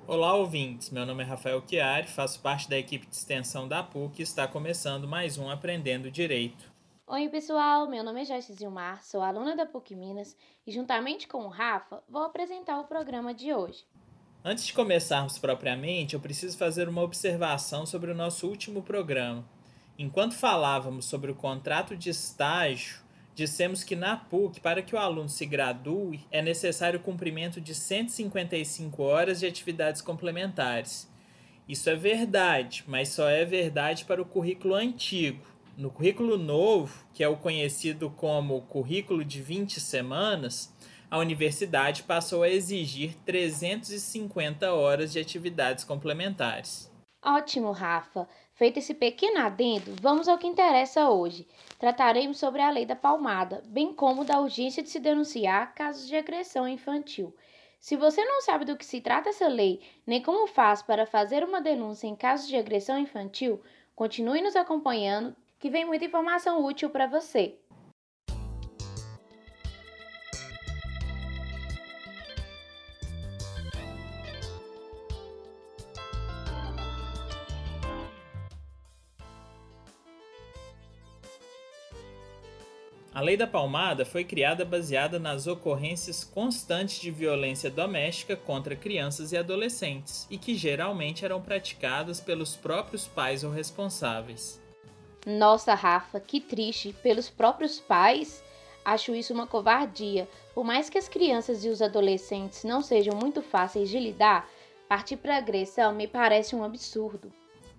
Olá, ouvintes! Meu nome é Rafael Chiari, faço parte da equipe de extensão da PUC e está começando mais um Aprendendo Direito. Oi, pessoal! Meu nome é Joyce Zilmar, sou aluna da PUC Minas e, juntamente com o Rafa, vou apresentar o programa de hoje. Antes de começarmos propriamente, eu preciso fazer uma observação sobre o nosso último programa. Enquanto falávamos sobre o contrato de estágio, dissemos que na PUC, para que o aluno se gradue, é necessário o cumprimento de 155 horas de atividades complementares. Isso é verdade, mas só é verdade para o currículo antigo. No currículo novo, que é o conhecido como currículo de 20 semanas, a universidade passou a exigir 350 horas de atividades complementares. Ótimo, Rafa! Feito esse pequeno adendo, vamos ao que interessa hoje. Trataremos sobre a Lei da Palmada, bem como da urgência de se denunciar casos de agressão infantil. Se você não sabe do que se trata essa lei, nem como faz para fazer uma denúncia em casos de agressão infantil, continue nos acompanhando, que vem muita informação útil para você. A Lei da Palmada foi criada baseada nas ocorrências constantes de violência doméstica contra crianças e adolescentes, e que geralmente eram praticadas pelos próprios pais ou responsáveis. Nossa, Rafa, que triste. Pelos próprios pais, acho isso uma covardia. Por mais que as crianças e os adolescentes não sejam muito fáceis de lidar, partir para agressão me parece um absurdo.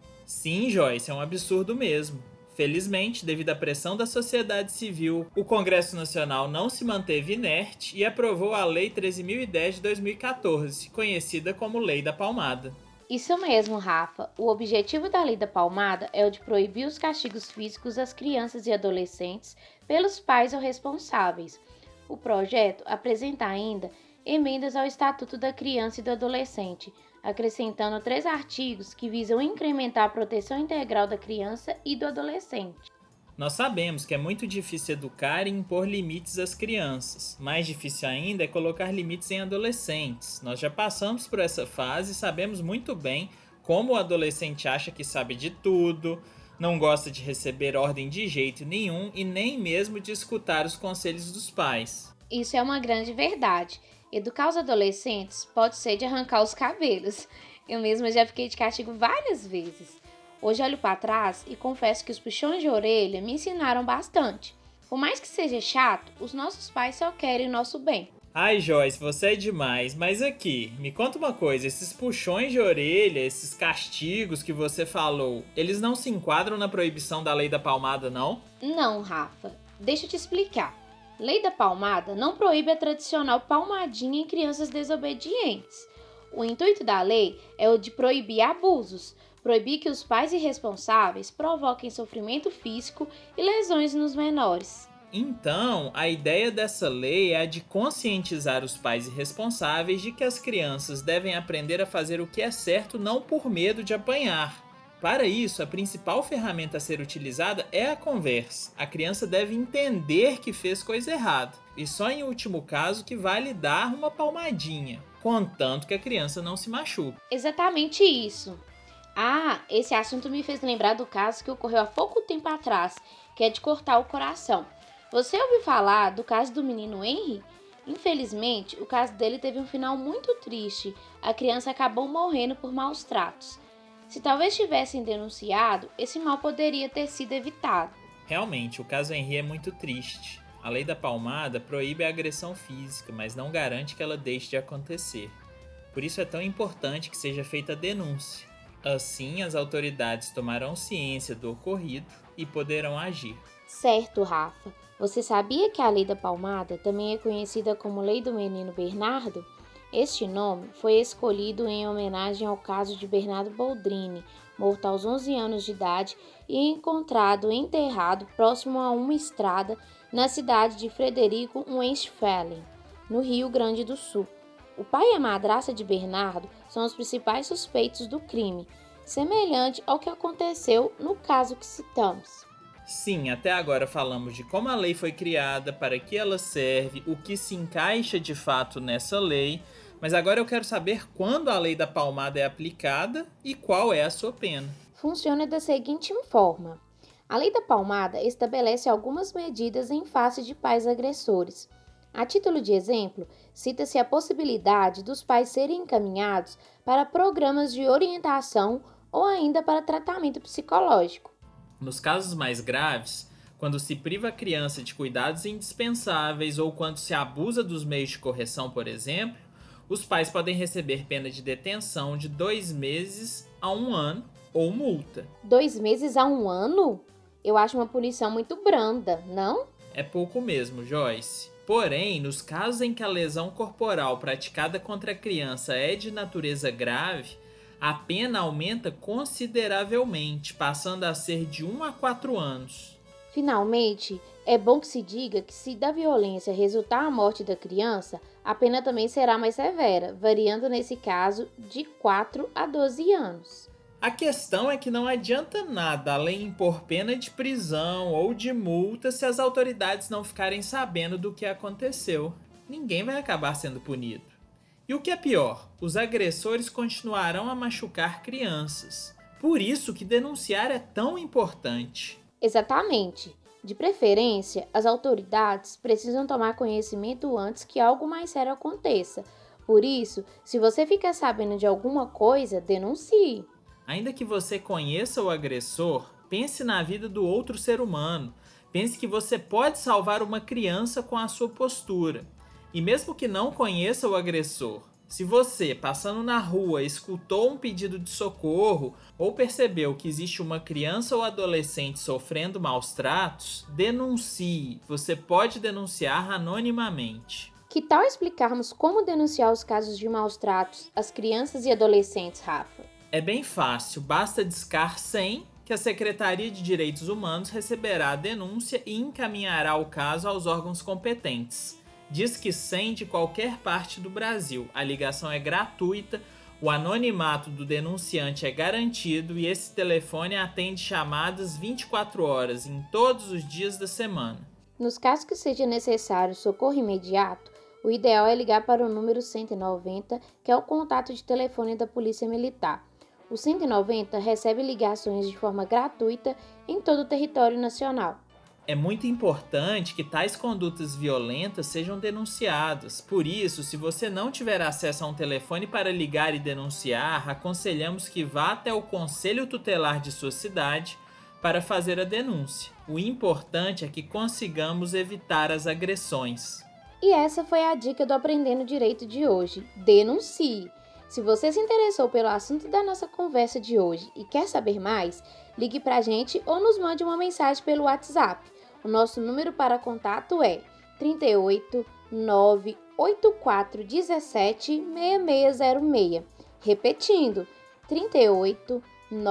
Sim, Joyce, é um absurdo mesmo. Felizmente, devido à pressão da sociedade civil, o Congresso Nacional não se manteve inerte e aprovou a Lei 13.010 de 2014, conhecida como Lei da Palmada. Isso mesmo, Rafa. O objetivo da Lei da Palmada é o de proibir os castigos físicos às crianças e adolescentes pelos pais ou responsáveis. O projeto apresenta ainda emendas ao Estatuto da Criança e do Adolescente, acrescentando 3 artigos que visam incrementar a proteção integral da criança e do adolescente. Nós sabemos que é muito difícil educar e impor limites às crianças. Mais difícil ainda é colocar limites em adolescentes. Nós já passamos por essa fase e sabemos muito bem como o adolescente acha que sabe de tudo, não gosta de receber ordem de jeito nenhum e nem mesmo de escutar os conselhos dos pais. Isso é uma grande verdade. Educar os adolescentes pode ser de arrancar os cabelos. Eu mesma já fiquei de castigo várias vezes. Hoje olho para trás e confesso que os puxões de orelha me ensinaram bastante. Por mais que seja chato, os nossos pais só querem o nosso bem. Ai, Joyce, você é demais, mas aqui, me conta uma coisa, esses puxões de orelha, esses castigos que você falou, eles não se enquadram na proibição da Lei da Palmada, não? Não, Rafa. Deixa eu te explicar. Lei da Palmada não proíbe a tradicional palmadinha em crianças desobedientes. O intuito da lei é o de proibir abusos, proibir que os pais irresponsáveis provoquem sofrimento físico e lesões nos menores. Então, a ideia dessa lei é a de conscientizar os pais irresponsáveis de que as crianças devem aprender a fazer o que é certo não por medo de apanhar. Para isso, a principal ferramenta a ser utilizada é a conversa. A criança deve entender que fez coisa errada, e só em último caso que vale dar uma palmadinha, contanto que a criança não se machuque. Exatamente isso. Ah, esse assunto me fez lembrar do caso que ocorreu há pouco tempo atrás, que é de cortar o coração. Você ouviu falar do caso do menino Henry? Infelizmente, o caso dele teve um final muito triste. A criança acabou morrendo por maus tratos. Se talvez tivessem denunciado, esse mal poderia ter sido evitado. Realmente, o caso Henri é muito triste. A lei da palmada proíbe a agressão física, mas não garante que ela deixe de acontecer. Por isso é tão importante que seja feita a denúncia. Assim, as autoridades tomarão ciência do ocorrido e poderão agir. Certo, Rafa. Você sabia que a Lei da Palmada também é conhecida como Lei do Menino Bernardo? Este nome foi escolhido em homenagem ao caso de Bernardo Boldrini, morto aos 11 anos de idade e encontrado enterrado próximo a uma estrada na cidade de Frederico Westphalen, no Rio Grande do Sul. O pai e a madrasta de Bernardo são os principais suspeitos do crime, semelhante ao que aconteceu no caso que citamos. Sim, até agora falamos de como a lei foi criada, para que ela serve, o que se encaixa de fato nessa lei, Mas agora eu quero saber quando a lei da palmada é aplicada e qual é a sua pena. Funciona da seguinte forma. A lei da palmada estabelece algumas medidas em face de pais agressores. A título de exemplo, cita-se a possibilidade dos pais serem encaminhados para programas de orientação ou ainda para tratamento psicológico. Nos casos mais graves, quando se priva a criança de cuidados indispensáveis ou quando se abusa dos meios de correção, por exemplo, os pais podem receber pena de detenção de 2 meses a 1 ano ou multa. 2 meses a 1 ano? Eu acho uma punição muito branda, não? É pouco mesmo, Joyce. Porém, nos casos em que a lesão corporal praticada contra a criança é de natureza grave, a pena aumenta consideravelmente, passando a ser de 1 a 4 anos. Finalmente, é bom que se diga que se da violência resultar a morte da criança, a pena também será mais severa, variando nesse caso de 4 a 12 anos. A questão é que não adianta nada a lei impor pena de prisão ou de multa se as autoridades não ficarem sabendo do que aconteceu. Ninguém vai acabar sendo punido. E o que é pior, os agressores continuarão a machucar crianças. Por isso que denunciar é tão importante. Exatamente. De preferência, as autoridades precisam tomar conhecimento antes que algo mais sério aconteça. Por isso, se você ficar sabendo de alguma coisa, denuncie. Ainda que você conheça o agressor, pense na vida do outro ser humano. Pense que você pode salvar uma criança com a sua postura. E mesmo que não conheça o agressor, se você, passando na rua, escutou um pedido de socorro ou percebeu que existe uma criança ou adolescente sofrendo maus tratos, denuncie. Você pode denunciar anonimamente. Que tal explicarmos como denunciar os casos de maus tratos às crianças e adolescentes, Rafa? É bem fácil, basta discar 100 que a Secretaria de Direitos Humanos receberá a denúncia e encaminhará o caso aos órgãos competentes. Disque 100 de qualquer parte do Brasil. A ligação é gratuita, o anonimato do denunciante é garantido e esse telefone atende chamadas 24 horas em todos os dias da semana. Nos casos que seja necessário socorro imediato, o ideal é ligar para o número 190, que é o contato de telefone da Polícia Militar. O 190 recebe ligações de forma gratuita em todo o território nacional. É muito importante que tais condutas violentas sejam denunciadas. Por isso, se você não tiver acesso a um telefone para ligar e denunciar, aconselhamos que vá até o Conselho Tutelar de sua cidade para fazer a denúncia. O importante é que consigamos evitar as agressões. E essa foi a dica do Aprendendo Direito de hoje. Denuncie! Se você se interessou pelo assunto da nossa conversa de hoje e quer saber mais, ligue pra gente ou nos mande uma mensagem pelo WhatsApp. O nosso número para contato é 38 984 17 6606. Repetindo, 38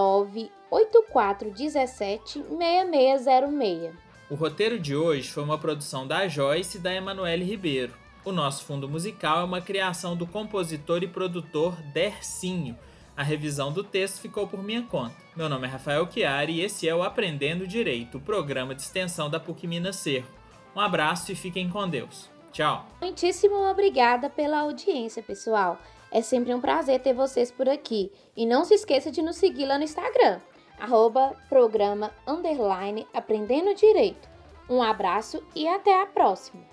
984 17 6606. O roteiro de hoje foi uma produção da Joyce e da Emanuele Ribeiro. O nosso fundo musical é uma criação do compositor e produtor Dercinho. A revisão do texto ficou por minha conta. Meu nome é Rafael Chiari e esse é o Aprendendo Direito, o programa de extensão da PUC Minas Cerro. Um abraço e fiquem com Deus. Tchau! Muitíssimo obrigada pela audiência, pessoal. É sempre um prazer ter vocês por aqui. E não se esqueça de nos seguir lá no Instagram, @programa_Aprendendo Direito. Um abraço e até a próxima!